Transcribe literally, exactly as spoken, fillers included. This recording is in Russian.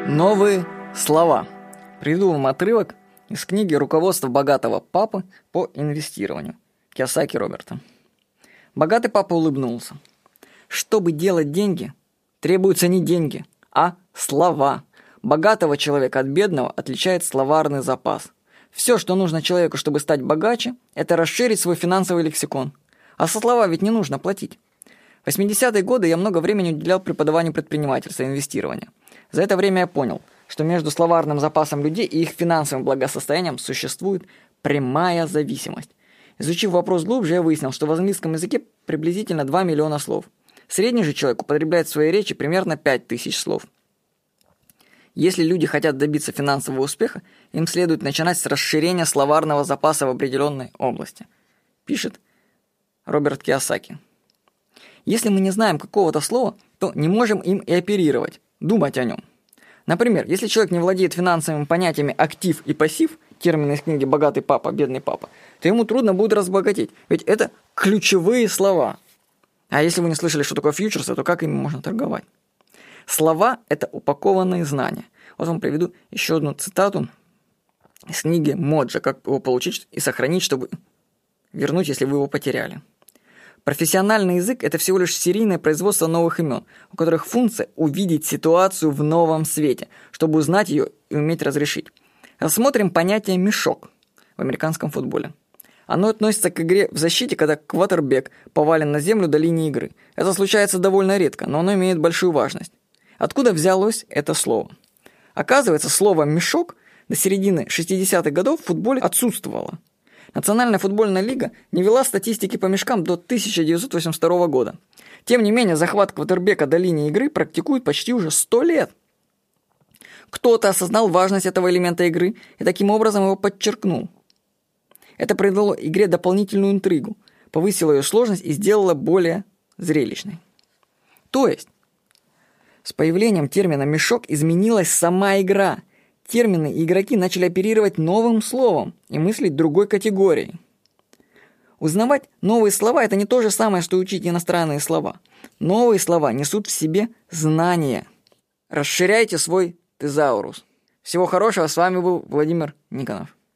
Новые слова. Приведу вам отрывок из книги «Руководство богатого папы по инвестированию» Кийосаки Роберта. Богатый папа улыбнулся. Чтобы делать деньги, требуются не деньги, а слова. Богатого человека от бедного отличает словарный запас. Все, что нужно человеку, чтобы стать богаче, это расширить свой финансовый лексикон. А со слова ведь не нужно платить. В восьмидесятые годы я много времени уделял преподаванию предпринимательства и инвестирования. За это время я понял, что между словарным запасом людей и их финансовым благосостоянием существует прямая зависимость. Изучив вопрос глубже, я выяснил, что в английском языке приблизительно два миллиона слов. Средний же человек употребляет в своей речи примерно пять тысяч слов. Если люди хотят добиться финансового успеха, им следует начинать с расширения словарного запаса в определенной области, пишет Роберт Кийосаки. Если мы не знаем какого-то слова, то не можем им и оперировать, думать о нем. Например, если человек не владеет финансовыми понятиями актив и пассив, термины из книги «Богатый папа, бедный папа», то ему трудно будет разбогатеть, ведь это ключевые слова. А если вы не слышали, что такое фьючерсы, то как ими можно торговать? Слова – это упакованные знания. Вот вам приведу еще одну цитату из книги Моджа «Как его получить и сохранить, чтобы вернуть, если вы его потеряли». Профессиональный язык – это всего лишь серийное производство новых имен, у которых функция – увидеть ситуацию в новом свете, чтобы узнать ее и уметь разрешить. Рассмотрим понятие «мешок» в американском футболе. Оно относится к игре в защите, когда квотербек повален на землю до линии игры. Это случается довольно редко, но оно имеет большую важность. Откуда взялось это слово? Оказывается, слово «мешок» до середины шестидесятых годов в футболе отсутствовало. Национальная футбольная лига не вела статистики по мешкам до тысяча девятьсот восемьдесят второго года. Тем не менее, захват квотербека до линии игры практикуют почти уже сто лет. Кто-то осознал важность этого элемента игры и таким образом его подчеркнул. Это придало игре дополнительную интригу, повысило ее сложность и сделало более зрелищной. То есть, с появлением термина «мешок» изменилась сама игра. Термины и игроки начали оперировать новым словом и мыслить другой категорией. Узнавать новые слова – это не то же самое, что учить иностранные слова. Новые слова несут в себе знания. Расширяйте свой тезаурус. Всего хорошего, с вами был Владимир Никонов.